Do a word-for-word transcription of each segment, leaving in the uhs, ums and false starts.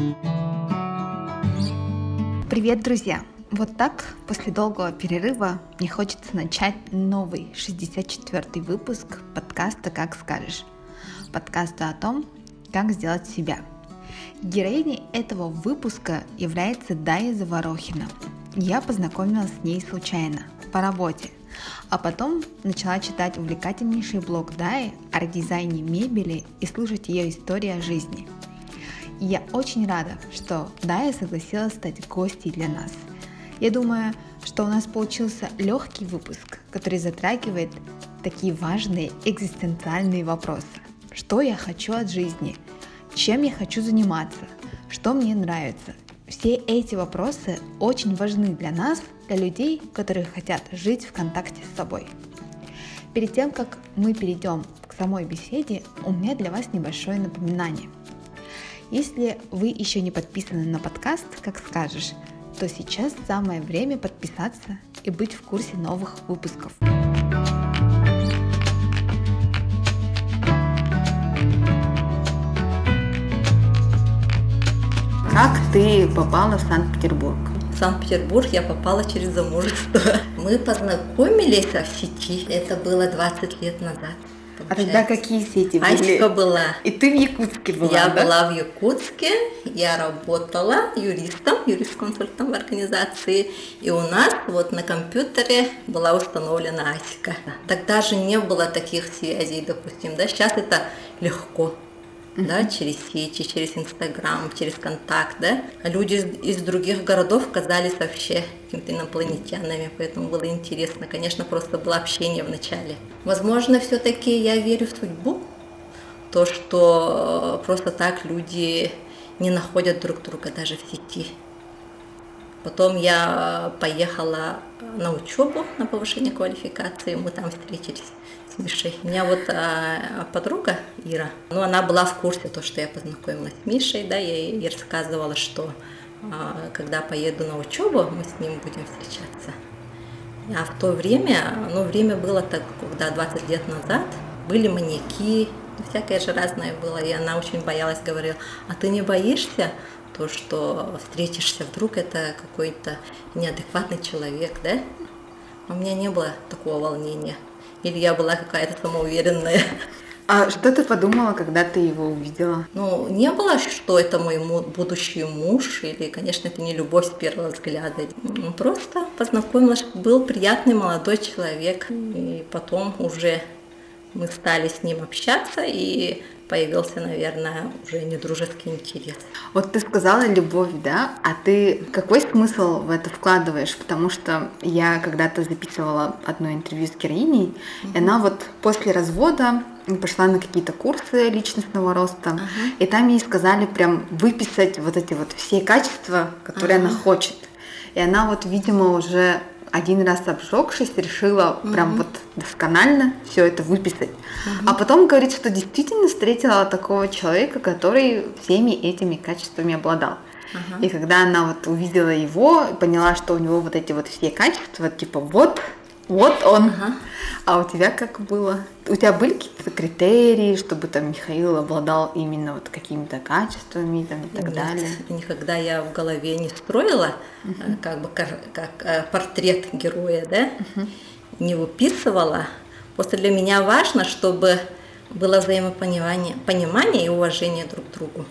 Привет, друзья! Вот так, после долгого перерыва, мне хочется начать новый шестьдесят четвёртый выпуск подкаста «Как скажешь». Подкаста о том, как сделать себя. Героиней этого выпуска является Дая Заворохина. Я познакомилась с ней случайно, по работе, а потом начала читать увлекательнейший блог Даи о дизайне мебели и слушать ее истории о жизни. И я очень рада, что Дая согласилась стать гостьей для нас. Я думаю, что у нас получился легкий выпуск, который затрагивает такие важные экзистенциальные вопросы. Что я хочу от жизни? Чем я хочу заниматься? Что мне нравится? Все эти вопросы очень важны для нас, для людей, которые хотят жить в контакте с собой. Перед тем, как мы перейдем к самой беседе, у меня для вас небольшое напоминание. Если вы еще не подписаны на подкаст «Как скажешь», то сейчас самое время подписаться и быть в курсе новых выпусков. Как ты попала в Санкт-Петербург? В Санкт-Петербург я попала через замужество. Мы познакомились в сети, это было двадцать лет назад. А тогда какие сети были? Асика была. И ты в Якутске была, Я да? была в Якутске, я работала юристом, юрист-консультом в организации, и у нас вот на компьютере была установлена Асика. Тогда же не было таких связей, допустим, да, сейчас это легко. Uh-huh. Да, через сети, через Инстаграм, через контакт, да. А люди из, из других городов казались вообще какими-то инопланетянами, поэтому было интересно. Конечно, просто было общение в начале. Возможно, все-таки я верю в судьбу, то, что просто так люди не находят друг друга даже в сети. Потом я поехала на учебу, на повышение квалификации, мы там встретились с Мишей. У меня вот а, подруга Ира, ну она была в курсе то, что я познакомилась с Мишей, да, я ей рассказывала, что а, когда поеду на учебу, мы с ним будем встречаться. А в то время, ну время было так, когда двадцать лет назад, были маньяки, всякое же разное было, и она очень боялась, говорила: а ты не боишься? То, что встретишься вдруг, это какой-то неадекватный человек, да? У меня не было такого волнения. Или я была какая-то самоуверенная. А что ты подумала, когда ты его увидела? Ну, не было, что это мой будущий муж, или, конечно, это не любовь с первого взгляда. Ну, просто познакомилась, был приятный молодой человек. И потом уже мы стали с ним общаться, и появился, наверное, уже недружеский интерес. Вот ты сказала любовь, да? А ты какой смысл в это вкладываешь? Потому что я когда-то записывала одно интервью с героиней, uh-huh. и она вот после развода пошла на какие-то курсы личностного роста, uh-huh. и там ей сказали прям выписать вот эти вот все качества, которые uh-huh. она хочет. И она вот, видимо, уже один раз обжегшись, решила uh-huh. прям вот досконально все это выписать. Uh-huh. А потом говорит, что действительно встретила такого человека, который всеми этими качествами обладал. Uh-huh. И когда она вот увидела его, поняла, что у него вот эти вот все качества, типа вот, вот он. Uh-huh. А у тебя как было? У тебя были какие-то критерии, чтобы там Михаил обладал именно вот какими-то качествами там, и так Нет, далее? Никогда я в голове не строила uh-huh. как бы как, как портрет героя, да, uh-huh. не выписывала. Просто для меня важно, чтобы было взаимопонимание, понимание и уважение друг к другу.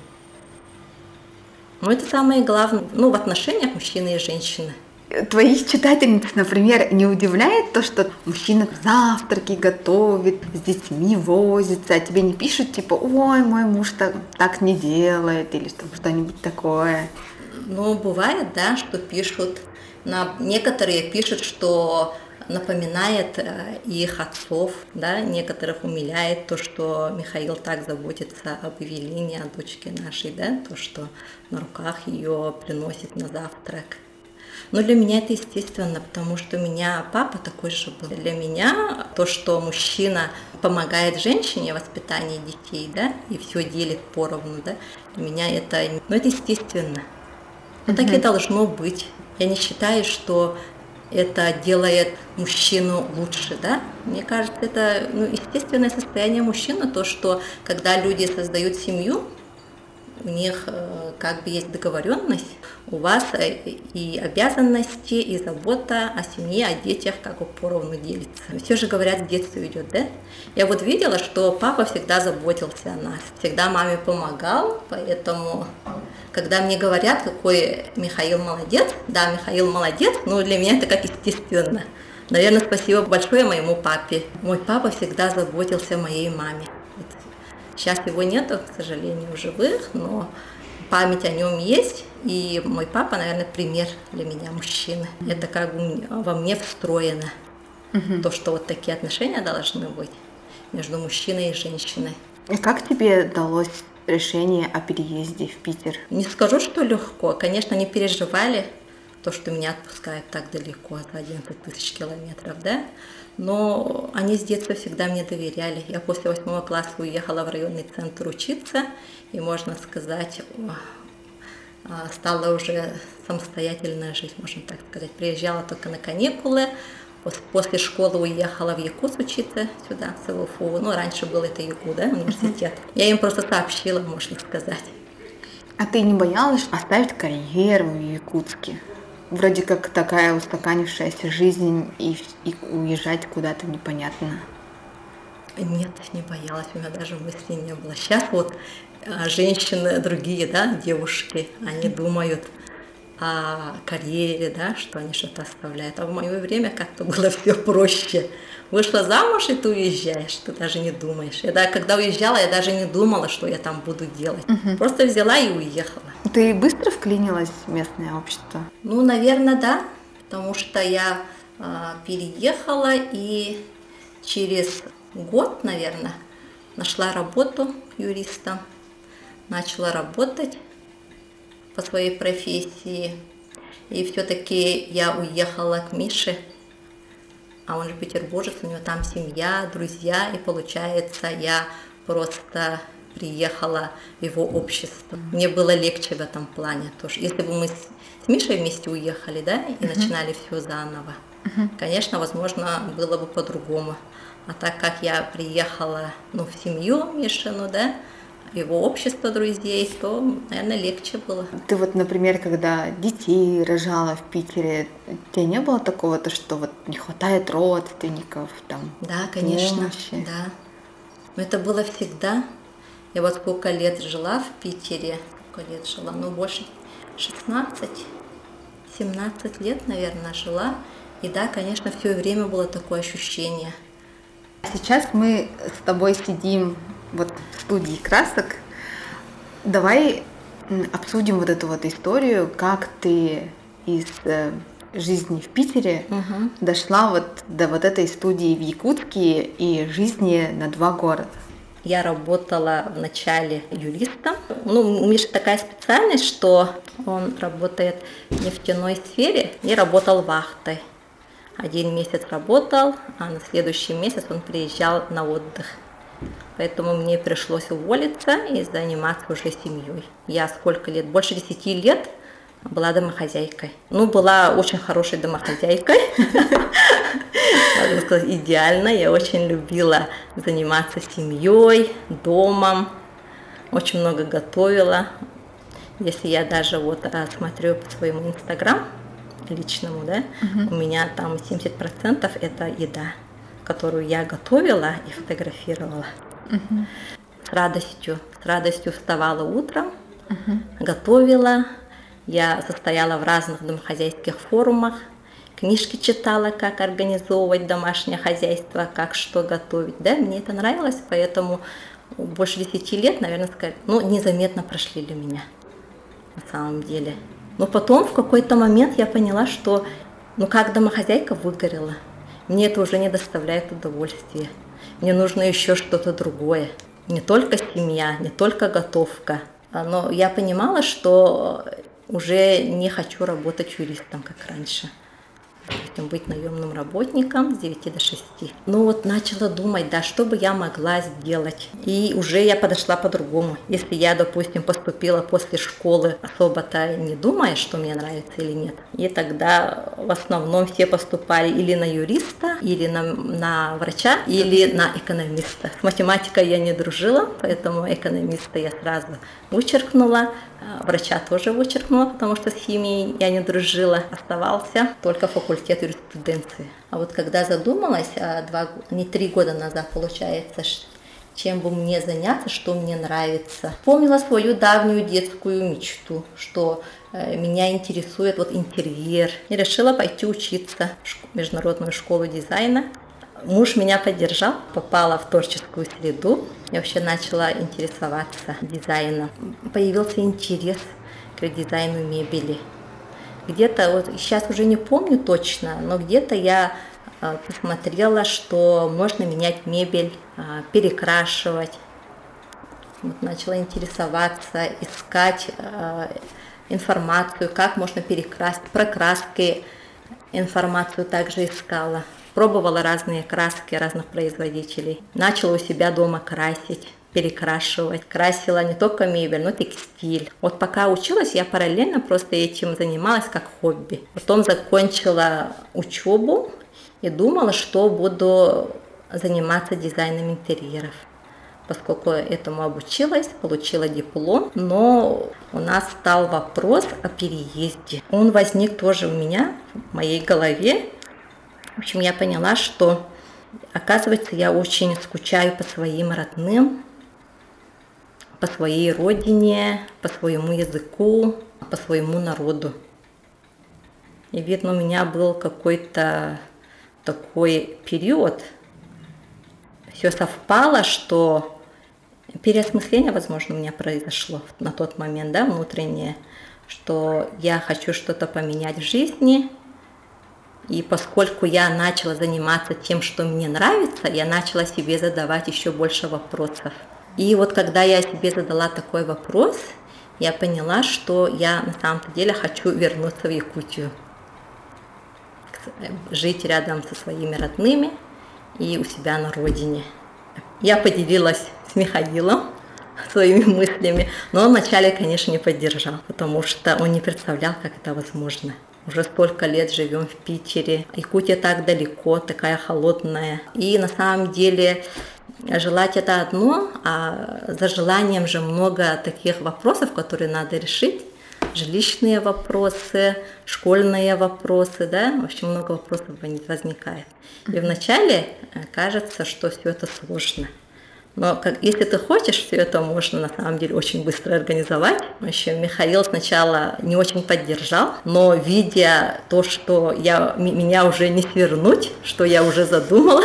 Ну, это самое главное, ну, в отношениях мужчины и женщины. Твоих читательниц, например, не удивляет то, что мужчина завтраки готовит, с детьми возится, а тебе не пишут, типа, ой, мой муж так, так не делает, или там что-нибудь такое? Ну, бывает, да, что пишут, на... некоторые пишут, что напоминает их отцов, да, некоторых умиляет то, что Михаил так заботится об Евелине, о дочке нашей, да, то, что на руках ее приносит на завтрак. Но для меня это естественно, потому что у меня папа такой же был. Для меня то, что мужчина помогает женщине в воспитании детей, да, и все делит поровну, да, для меня это, ну, это естественно. Но так и должно быть. Я не считаю, что это делает мужчину лучше, да. Мне кажется, это, ну, естественное состояние мужчины, то, что когда люди создают семью, у них э, как бы есть договоренность, у вас э, и обязанности, и забота о семье, о детях как бы поровну делится. Все же говорят, с детства идет, да? Я вот видела, что папа всегда заботился о нас, всегда маме помогал, поэтому, когда мне говорят, какой Михаил молодец, да, Михаил молодец, но для меня это как естественно. Наверное, спасибо большое моему папе. Мой папа всегда заботился о моей маме. Сейчас его нету, к сожалению, в живых, но память о нем есть. И мой папа, наверное, пример для меня мужчины. Это как бы во мне встроено. Угу. То, что вот такие отношения должны быть между мужчиной и женщиной. И как тебе далось решение о переезде в Питер? Не скажу, что легко. Конечно, не переживали то, что меня отпускают так далеко, за одиннадцать тысяч километров, да? Но они с детства всегда мне доверяли. Я после восьмого класса уехала в районный центр учиться, и, можно сказать, стала уже самостоятельная жизнь, можно так сказать. Приезжала только на каникулы, после школы уехала в Якутск учиться сюда, в СВФУ. Ну, раньше был это ЯКУ, да, университет. Я им просто сообщила, можно сказать. А ты не боялась оставить карьеру в Якутске? Вроде как такая устаканившаяся жизнь и, и уезжать куда-то непонятно. Нет, не боялась, у меня даже мыслей не было. Сейчас вот женщины другие, да, девушки, они думают о карьере, да, что они что-то оставляют. А в мое время как-то было все проще. Вышла замуж, и ты уезжаешь, ты даже не думаешь. Я, да, когда уезжала, я даже не думала, что я там буду делать. Угу. Просто взяла и уехала. Ты быстро вклинилась в местное общество? Ну, наверное, да, потому что я э, переехала и через год, наверное, нашла работу юристом, начала работать по своей профессии. И все-таки я уехала к Мише, а он же петербуржец, у него там семья, друзья, и получается, я просто приехала в его общество. Мне было легче в этом плане тоже. Если бы мы с, с Мишей вместе уехали, да, и uh-huh. начинали все заново, uh-huh. конечно, возможно, было бы по-другому. А так как я приехала, ну, в семью Мишину, да, его общество друзей, то, наверное, легче было. Ты вот, например, когда детей рожала в Питере, у тебя не было такого, то, что вот не хватает родственников, там, да, конечно, помощи? Да. Но это было всегда. Я вот сколько лет жила в Питере, сколько лет жила, ну, больше шестнадцать-семнадцать лет, наверное, жила. И да, конечно, все время было такое ощущение. Сейчас мы с тобой сидим вот в студии красок. Давай обсудим вот эту вот историю, как ты из э, жизни в Питере угу. дошла вот до вот этой студии в Якутске и жизни на два города. Я работала вначале юристом. Ну, у Миши такая специальность, что он работает в нефтяной сфере и работал вахтой. Один месяц работал, а на следующий месяц он приезжал на отдых. Поэтому мне пришлось уволиться и заниматься уже семьей. Я сколько лет? Больше десяти лет была домохозяйкой. Ну, была очень хорошей домохозяйкой. Можно сказать, идеально. Я очень любила заниматься семьей, домом. Очень много готовила. Если я даже вот смотрю по своему инстаграм личному, да, uh-huh. у меня там семьдесят процентов это еда, которую я готовила и фотографировала. Uh-huh. С радостью, с радостью вставала утром, uh-huh. готовила. Я состояла в разных домохозяйских форумах, книжки читала, как организовывать домашнее хозяйство, как что готовить. Да, мне это нравилось, поэтому больше десяти лет, наверное, сказать, ну, незаметно прошли для меня на самом деле. Но потом в какой-то момент я поняла, что, ну, как домохозяйка выгорела. Мне это уже не доставляет удовольствия. Мне нужно еще что-то другое. Не только семья, не только готовка. Но я понимала, что уже не хочу работать юристом, как раньше. допустим, быть наемным работником с девяти до шести. Ну вот начала думать, да, что бы я могла сделать. И уже я подошла по-другому. Если я, допустим, поступила после школы, особо-то не думая, что мне нравится или нет. И тогда в основном все поступали или на юриста, или на, на врача, или на экономиста. С математикой я не дружила, поэтому экономиста я сразу вычеркнула. Врача тоже вычеркнула, потому что с химией я не дружила. Оставался только факультет юриспруденции. А вот когда задумалась, два, не три года назад, получается, чем бы мне заняться, что мне нравится. Вспомнила свою давнюю детскую мечту, что меня интересует вот интерьер. И решила пойти учиться в международную школу дизайна. Муж меня поддержал, попала в творческую среду. Я вообще начала интересоваться дизайном. Появился интерес к дизайну мебели. Где-то, вот сейчас уже не помню точно, но где-то я посмотрела, что можно менять мебель, перекрашивать. Вот начала интересоваться, искать информацию, как можно перекрасить. Про краски информацию также искала. Пробовала разные краски разных производителей. Начала у себя дома красить, перекрашивать. Красила не только мебель, но и текстиль. Вот пока училась, я параллельно просто этим занималась как хобби. Потом закончила учебу и думала, что буду заниматься дизайном интерьеров. Поскольку этому обучилась, получила диплом, но у нас стал вопрос о переезде. Он возник тоже у меня, в моей голове. В общем, я поняла, что, оказывается, я очень скучаю по своим родным, по своей родине, по своему языку, по своему народу. И, видно, у меня был какой-то такой период, все совпало, что переосмысление, возможно, у меня произошло на тот момент, да, внутреннее, что я хочу что-то поменять в жизни. И поскольку я начала заниматься тем, что мне нравится, я начала себе задавать еще больше вопросов. И вот когда я себе задала такой вопрос, я поняла, что я на самом-то деле хочу вернуться в Якутию, жить рядом со своими родными и у себя на родине. Я поделилась с Михаилом своими мыслями, но он вначале, конечно, не поддержал, потому что он не представлял, как это возможно. Уже столько лет живем в Питере. Якутия так далеко, такая холодная. И на самом деле желать это одно, а за желанием же много таких вопросов, которые надо решить. Жилищные вопросы, школьные вопросы, да, в общем, много вопросов возникает. И вначале кажется, что все это сложно. Но как, если ты хочешь, все это можно на самом деле очень быстро организовать. В общем, Михаил сначала не очень поддержал, но видя то, что я, меня уже не свернуть, что я уже задумала,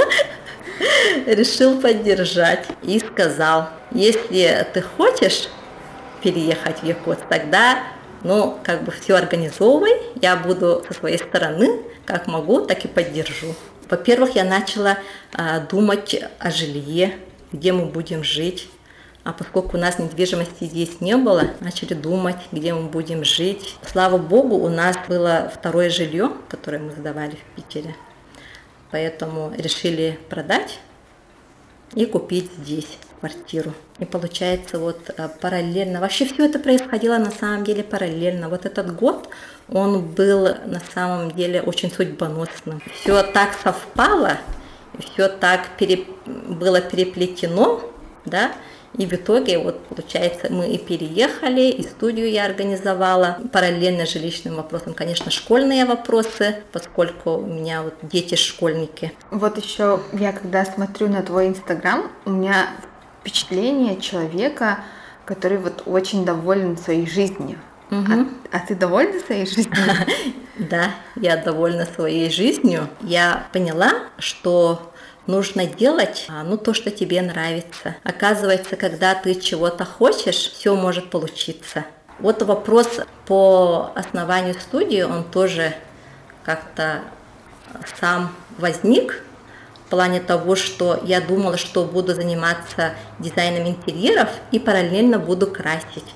решил поддержать и сказал, если ты хочешь переехать в Якутск, тогда ну, как бы все организовывай, я буду со своей стороны, как могу, так и поддержу. Во-первых, я начала а, думать о жилье, где мы будем жить. А поскольку у нас недвижимости здесь не было, начали думать, где мы будем жить. Слава богу, у нас было второе жилье, которое мы сдавали в Питере. Поэтому решили продать и купить здесь квартиру. И получается вот параллельно, вообще все это происходило на самом деле параллельно. Вот этот год, он был на самом деле очень судьбоносным. Все так совпало, все так пере... было переплетено, да, и в итоге, вот получается, мы и переехали, и студию я организовала. Параллельно жилищным вопросам, конечно, школьные вопросы, поскольку у меня вот дети-школьники. Вот еще я когда смотрю на твой Инстаграм, у меня впечатление человека, который вот очень доволен своей жизнью. Угу. А, а ты довольна своей жизнью? Да, я довольна своей жизнью. Я поняла, что нужно делать, ну, то, что тебе нравится. Оказывается, когда ты чего-то хочешь, все может получиться. Вот вопрос по основанию студии, он тоже как-то сам возник в плане того, что я думала, что буду заниматься дизайном интерьеров и параллельно буду красить.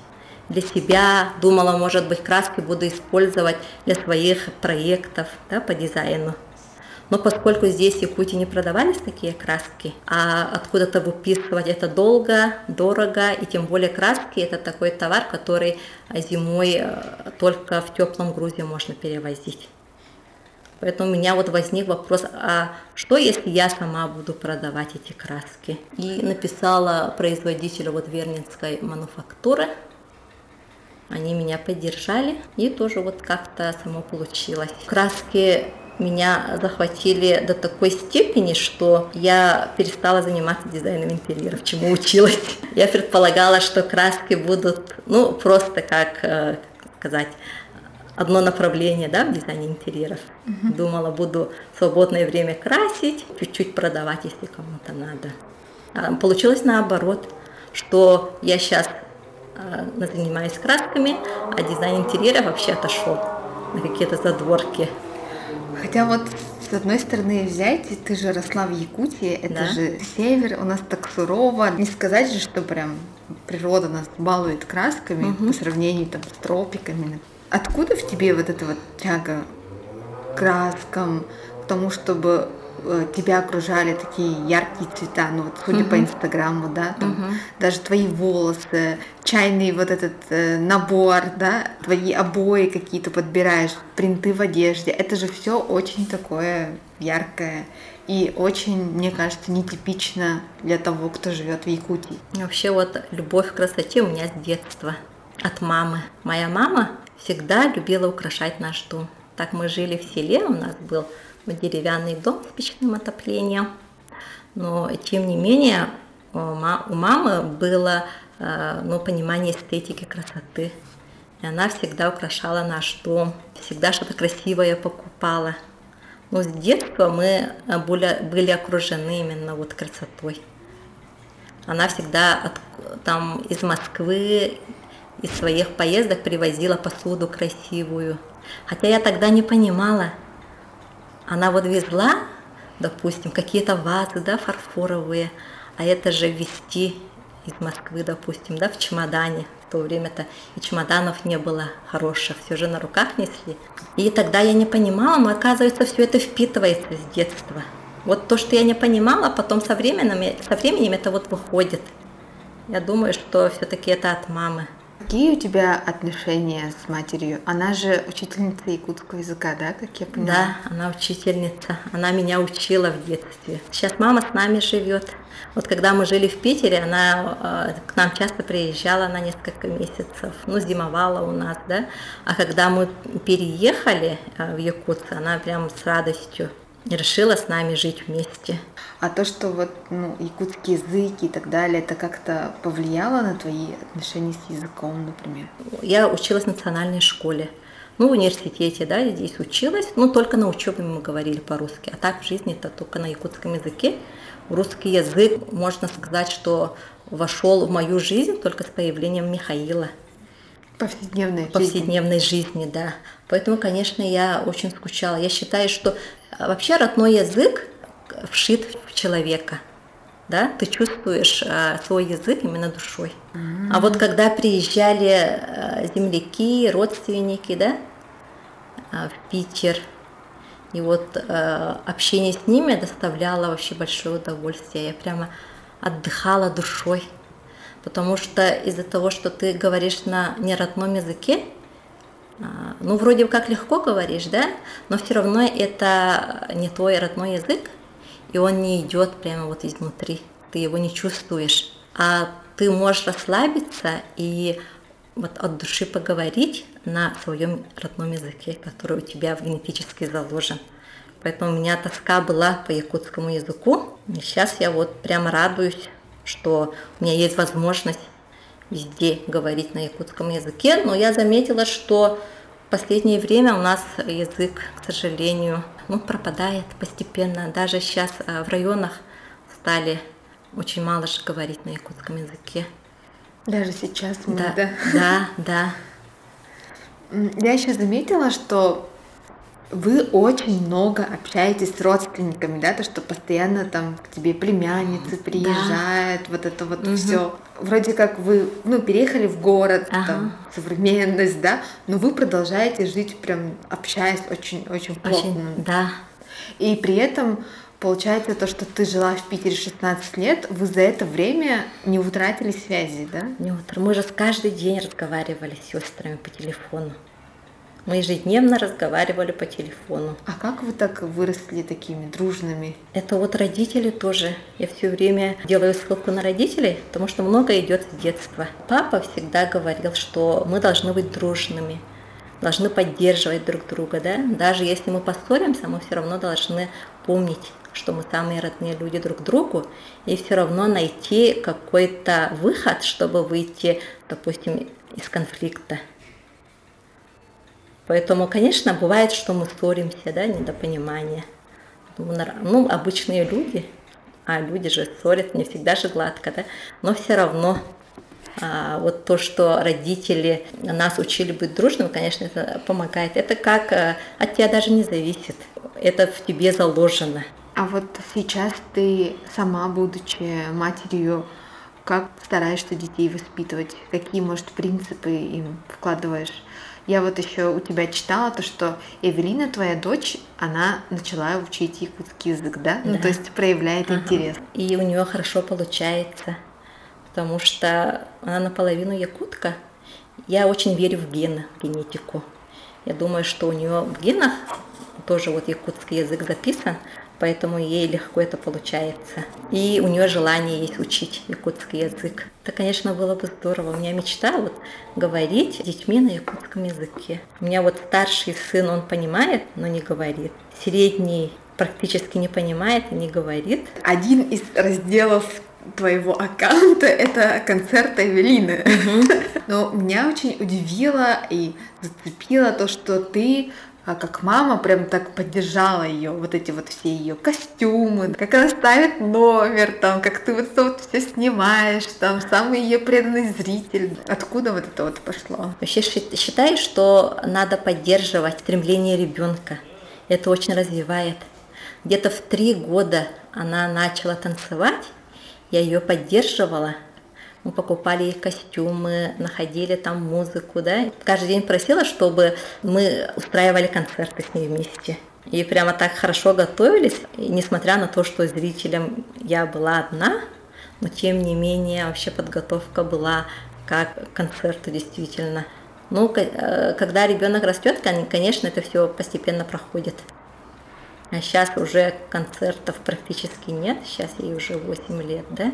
для себя, думала, может быть, краски буду использовать для своих проектов, да, по дизайну. Но поскольку здесь в Якутии не продавались такие краски, а откуда-то выписывать это долго, дорого, и тем более краски это такой товар, который зимой только в теплом грузе можно перевозить. Поэтому у меня вот возник вопрос, а что если я сама буду продавать эти краски? И написала производителю вот Вернинской мануфактуры. Они меня поддержали, и тоже вот как-то само получилось. Краски меня захватили до такой степени, что я перестала заниматься дизайном интерьеров, чему училась. Я предполагала, что краски будут, ну, просто как э, сказать, одно направление, да, в дизайне интерьеров. Uh-huh. Думала, буду в свободное время красить, чуть-чуть продавать, если кому-то надо. А получилось наоборот, что я сейчас э, занимаюсь красками, а дизайн интерьера вообще отошел на какие-то задворки. Хотя вот с одной стороны взять, ты же росла в Якутии, это да? же север, у нас так сурово. Не сказать же, что прям природа нас балует красками угу. по сравнению там с тропиками. Откуда в тебе вот эта вот тяга к краскам, к тому, чтобы тебя окружали такие яркие цвета, ну вот судя uh-huh. по инстаграму, да, там uh-huh. даже твои волосы, чайный вот этот э, набор, да, твои обои какие-то подбираешь, принты в одежде, это же все очень такое яркое и очень, мне кажется, нетипично для того, кто живет в Якутии. Вообще вот любовь к красоте у меня с детства, от мамы. Моя мама всегда любила украшать наш дом. Так мы жили в селе, у нас был деревянный дом с печным отоплением, но тем не менее у мамы было ну, понимание эстетики, красоты, и она всегда украшала наш дом, всегда что-то красивое покупала. Но с детства мы были, были окружены именно вот красотой. Она всегда от, там из Москвы, из своих поездок привозила посуду красивую, хотя я тогда не понимала. Она вот везла, допустим, какие-то вазы, да, фарфоровые, а это же везти из Москвы, допустим, да, в чемодане. В то время-то и чемоданов не было хороших, все же на руках несли. И тогда я не понимала, но оказывается, все это впитывается с детства. Вот то, что я не понимала, потом со временем, со временем это вот выходит. Я думаю, что все-таки это от мамы. Какие у тебя отношения с матерью? Она же учительница якутского языка, да, как я понимаю? Да, она учительница. Она меня учила в детстве. Сейчас мама с нами живет. Вот когда мы жили в Питере, она э, к нам часто приезжала на несколько месяцев, ну, зимовала у нас, да. А когда мы переехали э, в Якутск, она прям с радостью решила с нами жить вместе. А то, что вот, ну, якутский язык и так далее, это как-то повлияло на твои отношения с языком, например? Я училась в национальной школе. Ну, в университете, да, здесь училась, но только на учебе мы говорили по-русски. А так в жизни-то только на якутском языке. Русский язык, можно сказать, что вошел в мою жизнь только с появлением Михаила. Повседневной жизни. Повседневной жизни, да. Поэтому, конечно, я очень скучала. Я считаю, что вообще родной язык вшит в человека, да, ты чувствуешь а, свой язык именно душой. Mm-hmm. А вот когда приезжали а, земляки, родственники, да, а, в Питер, и вот а, общение с ними доставляло вообще большое удовольствие. Я прямо отдыхала душой, потому что из-за того, что ты говоришь на неродном языке, а, ну, вроде как легко говоришь, да, но все равно это не твой родной язык, и он не идет прямо вот изнутри, ты его не чувствуешь. А ты можешь расслабиться и вот от души поговорить на своем родном языке, который у тебя генетически заложен. Поэтому у меня тоска была по якутскому языку. И сейчас я вот прямо радуюсь, что у меня есть возможность везде говорить на якутском языке. Но я заметила, что в последнее время у нас язык, к сожалению, ну, пропадает постепенно. Даже сейчас в районах стали очень мало же говорить на якутском языке. Даже сейчас мы, да? Да, да, да. Я еще заметила, что Вы очень много общаетесь с родственниками, да, то, что постоянно там к тебе племянницы приезжают, да. Вот это вот угу. все. Вроде как вы, ну, переехали в город, ага. там, современность, да, но вы продолжаете жить прям, общаясь очень-очень плотно. Да. И при этом получается то, что ты жила в Питере шестнадцать лет, вы за это время не утратили связи, да? Не утратили. Мы же каждый день разговаривали с сестрами по телефону. Мы ежедневно разговаривали по телефону. А как вы так выросли такими дружными? Это вот родители тоже. Я все время делаю ссылку на родителей, потому что много идет с детства. Папа всегда говорил, что мы должны быть дружными, должны поддерживать друг друга, да? Даже если мы поссоримся, мы все равно должны помнить, что мы самые родные люди друг другу, и все равно найти какой-то выход, чтобы выйти, допустим, из конфликта. Поэтому, конечно, бывает, что мы ссоримся, да, недопонимание. Ну, обычные люди, а люди же ссорятся, не всегда же гладко, да, но все равно а, вот то, что родители нас учили быть дружными, конечно, это помогает. Это как а, от тебя даже не зависит, это в тебе заложено. А вот сейчас ты сама, будучи матерью, как стараешься детей воспитывать? Какие, может, принципы им вкладываешь? Я вот еще у тебя читала то, что Эвелина, твоя дочь, она начала учить якутский язык, да? Да. Ну, то есть проявляет ага. интерес. И у нее хорошо получается, потому что она наполовину якутка. Я очень верю в гены, в генетику. Я думаю, что у нее в генах тоже вот якутский язык записан, поэтому ей легко это получается. И у нее желание есть учить якутский язык. Это, конечно, было бы здорово. У меня мечта вот говорить с детьми на якутском языке. У меня вот старший сын, он понимает, но не говорит. Средний практически не понимает и не говорит. Один из разделов твоего аккаунта — это концерт Эвелины. Uh-huh. Но меня очень удивило и зацепило то, что ты как мама прям так поддержала ее, вот эти вот все ее костюмы, как она ставит номер, там, как ты вот это вот все снимаешь, там, самый ее преданный зритель. Откуда вот это вот пошло? Вообще считаю, что надо поддерживать стремление ребенка. Это очень развивает. Где-то в три года она начала танцевать, я ее поддерживала. Мы покупали ей костюмы, находили там музыку, да. Каждый день просила, чтобы мы устраивали концерты с ней вместе. И прямо так хорошо готовились. И несмотря на то, что зрителям я была одна, но тем не менее вообще подготовка была как к концерту действительно. Ну, когда ребенок растет, конечно, это все постепенно проходит. А сейчас уже концертов практически нет, сейчас ей уже восемь лет, да.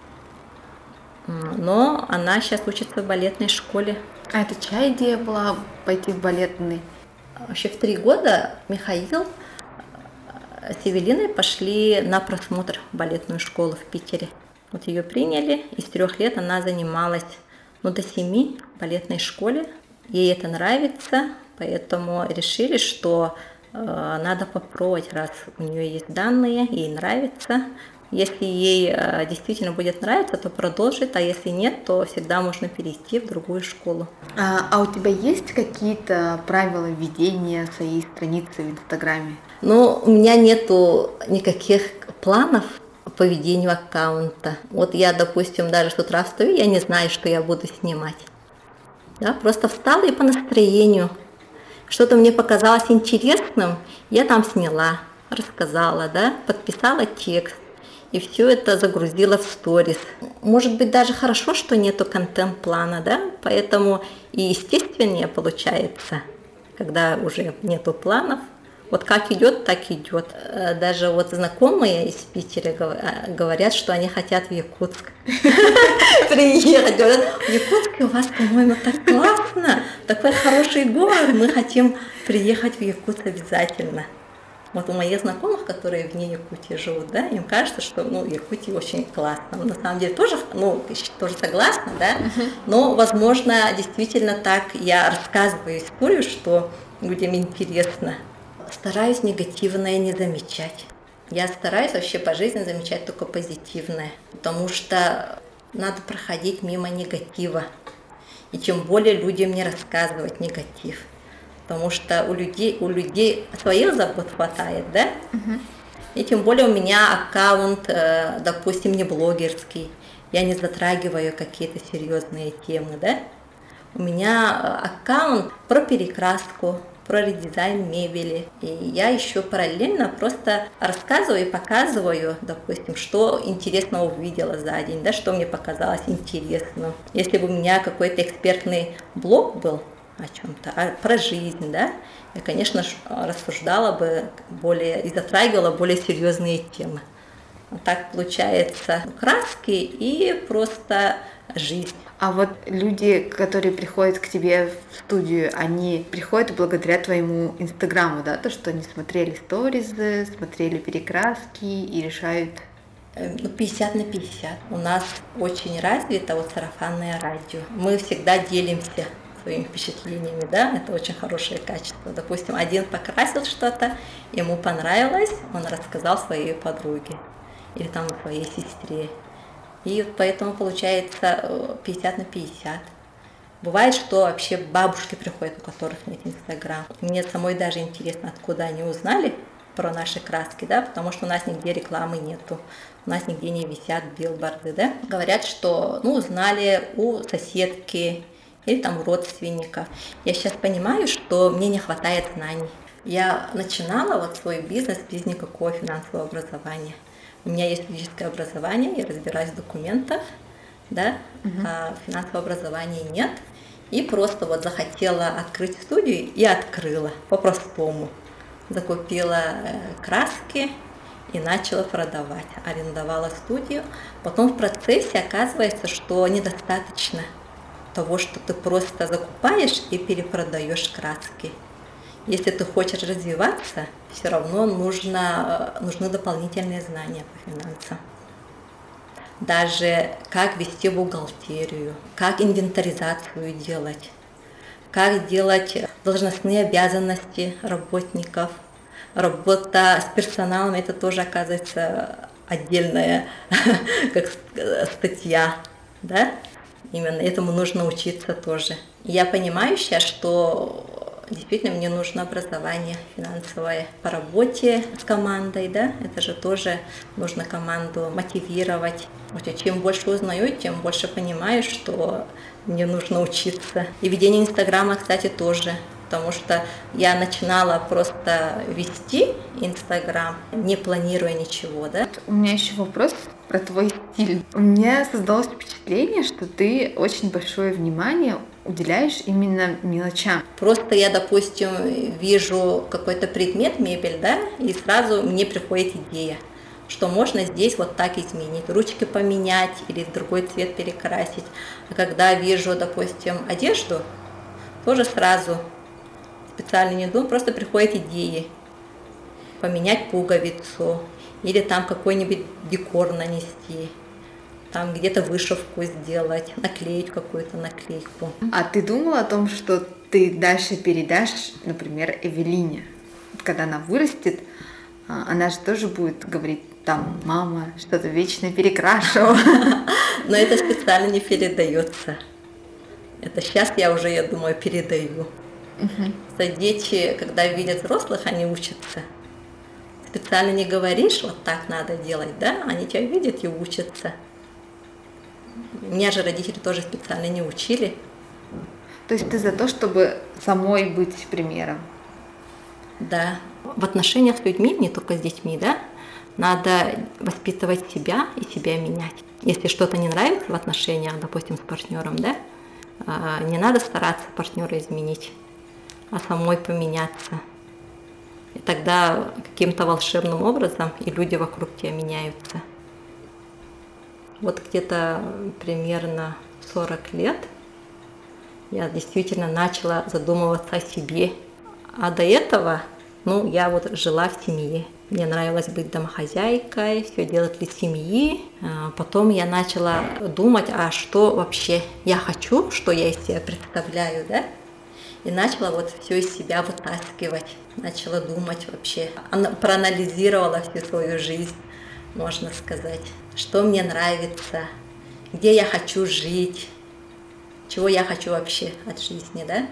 Но она сейчас учится в балетной школе. А это чья идея была пойти в балетный? Вообще в три года Михаил с Эвелиной пошли на просмотр в балетную школу в Питере. Вот ее приняли, и с трех лет она занималась, ну, до семи в балетной школе. Ей это нравится, поэтому решили, что э, надо попробовать, раз у нее есть данные, ей нравится. Если ей э, действительно будет нравиться, то продолжит, а если нет, то всегда можно перейти в другую школу. А, а у тебя есть какие-то правила ведения своей страницы в Инстаграме? Ну, у меня нету никаких планов по ведению аккаунта. Вот я, допустим, даже с утра встаю, я не знаю, что я буду снимать. Да, просто встала и по настроению. Что-то мне показалось интересным, я там сняла, рассказала, да, подписала текст. И все это загрузила в сторис. Может быть, даже хорошо, что нету контент-плана, да, поэтому и естественнее получается, когда уже нету планов. Вот как идет, так идет. Даже вот знакомые из Питера говорят, что они хотят в Якутск приехать. Говорят, в Якутске у вас, по-моему, так классно, такой хороший город, мы хотим приехать в Якутск обязательно. Вот у моих знакомых, которые вне Якутии живут, да, им кажется, что, ну, Якутия очень классно. На самом деле тоже, ну, тоже согласна, да, но, возможно, действительно так я рассказываю историю, что людям интересно. Стараюсь негативное не замечать. Я стараюсь вообще по жизни замечать только позитивное, потому что надо проходить мимо негатива. И чем более людям не рассказывать негатив, потому что у людей, у людей своих забот хватает, да? Мгм. И тем более у меня аккаунт, э, допустим, не блогерский, я не затрагиваю какие-то серьезные темы, да? У меня э, аккаунт про перекраску, про редизайн мебели. И я еще параллельно просто рассказываю и показываю, допустим, что интересного увидела за день, да, что мне показалось интересным. Если бы у меня какой-то экспертный блог был о чем-то, а про жизнь, да, я, конечно, ж, рассуждала бы более и затрагивала более серьезные темы. Вот так получается краски и просто жизнь. А вот люди, которые приходят к тебе в студию, они приходят благодаря твоему инстаграму, да, то, что они смотрели сторизы, смотрели перекраски и решают. Э, Ну, пятьдесят на пятьдесят. У нас очень развито вот сарафанное радио. Мы всегда делимся своими впечатлениями, да, это очень хорошее качество. Допустим, один покрасил что-то, ему понравилось, он рассказал своей подруге или там своей сестре. И вот поэтому получается э, пятьдесят на пятьдесят. Бывает, что вообще бабушки приходят, у которых нет инстаграм. Мне самой даже интересно, откуда они узнали про наши краски, да, потому что у нас нигде рекламы нету, у нас нигде не висят билборды, да. Говорят, что, ну, узнали у соседки или там у родственников. Я сейчас понимаю, что мне не хватает знаний. Я начинала вот свой бизнес без никакого финансового образования. У меня есть физическое образование, я разбираюсь в документах, да, Мгм. а финансового образования нет. И просто вот захотела открыть студию и открыла по-простому. Закупила э, краски и начала продавать. Арендовала студию. Потом в процессе оказывается, что недостаточно того, что ты просто закупаешь и перепродаешь краски. Если ты хочешь развиваться, все равно нужно, э, нужны дополнительные знания по финансам. Даже как вести бухгалтерию, как инвентаризацию делать, как делать должностные обязанности работников. Работа с персоналом — это тоже, оказывается, отдельная как с- статья, да? Именно этому нужно учиться тоже. И я понимаю сейчас, что действительно мне нужно образование финансовое по работе с командой, да, это же тоже нужно команду мотивировать. Вот я чем больше узнаю, тем больше понимаю, что мне нужно учиться. И ведение Инстаграма, кстати, тоже. Потому что я начинала просто вести Инстаграм, не планируя ничего, да. У меня еще вопрос про твой стиль. У меня создалось впечатление, что ты очень большое внимание уделяешь именно мелочам. Просто я, допустим, вижу какой-то предмет, мебель, да, и сразу мне приходит идея, что можно здесь вот так изменить, ручки поменять или в другой цвет перекрасить. А когда вижу, допустим, одежду, тоже сразу специально не думаю, просто приходят идеи. Поменять пуговицу или там какой-нибудь декор нанести, там где-то вышивку сделать, наклеить какую-то наклейку. А ты думала о том, что ты дальше передашь, например, Эвелине? Вот когда она вырастет, а, она же тоже будет говорить, там, мама что-то вечно перекрашивала. Но это специально не передается. Это сейчас я уже, я думаю, передаю. Что дети, когда видят взрослых, они учатся. Специально не говоришь, вот так надо делать, да? Они тебя видят и учатся. Меня же родители тоже специально не учили. То есть ты за то, чтобы самой быть примером? Да. В отношениях с людьми, не только с детьми, да, надо воспитывать себя и себя менять. Если что-то не нравится в отношениях, допустим, с партнером, да, а, не надо стараться партнера изменить, а самой поменяться. И тогда каким-то волшебным образом и люди вокруг тебя меняются. Вот где-то примерно сорок лет я действительно начала задумываться о себе. А до этого, ну, я вот жила в семье. Мне нравилось быть домохозяйкой, все делать для семьи. А потом я начала думать, а что вообще я хочу, что я из себя представляю, да? И начала вот все из себя вытаскивать, начала думать вообще, Ана- проанализировала всю свою жизнь, можно сказать, что мне нравится, где я хочу жить, чего я хочу вообще от жизни, да?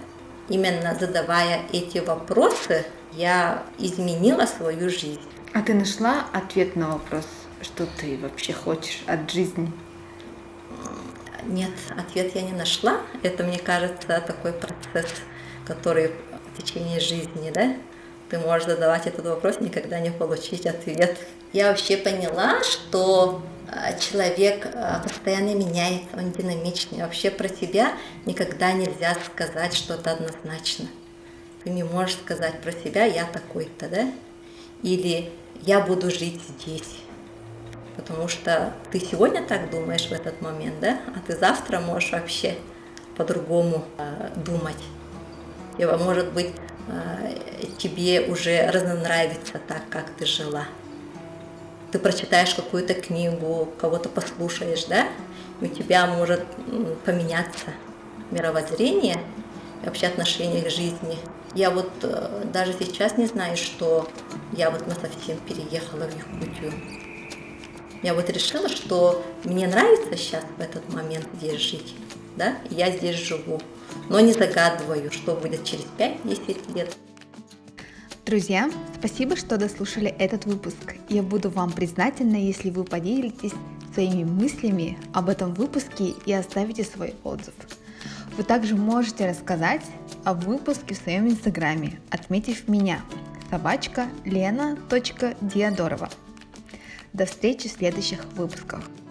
именно задавая эти вопросы, я изменила свою жизнь. А ты нашла ответ на вопрос, что ты вообще хочешь от жизни? Нет, ответ я не нашла. Это, мне кажется, такой процесс, который в течение жизни, да? Ты можешь задавать этот вопрос, никогда не получить ответ. Я вообще поняла, что человек постоянно меняется, он динамичный. Вообще про себя никогда нельзя сказать что-то однозначно. Ты не можешь сказать про себя «я такой-то», да? Или «я буду жить здесь». Потому что ты сегодня так думаешь в этот момент, да? А ты завтра можешь вообще по-другому э, думать. И, может быть, э, тебе уже разнонравится так, как ты жила. Ты прочитаешь какую-то книгу, кого-то послушаешь, да? И у тебя может поменяться мировоззрение и вообще отношение к жизни. Я вот э, даже сейчас не знаю, что я вот насовсем переехала в Якутию. Я вот решила, что мне нравится сейчас в этот момент здесь жить, да, и я здесь живу, но не загадываю, что будет через пять-десять лет. Друзья, спасибо, что дослушали этот выпуск. Я буду вам признательна, если вы поделитесь своими мыслями об этом выпуске и оставите свой отзыв. Вы также можете рассказать о выпуске в своем инстаграме, отметив меня, собачка лена точка диадорова. До встречи в следующих выпусках.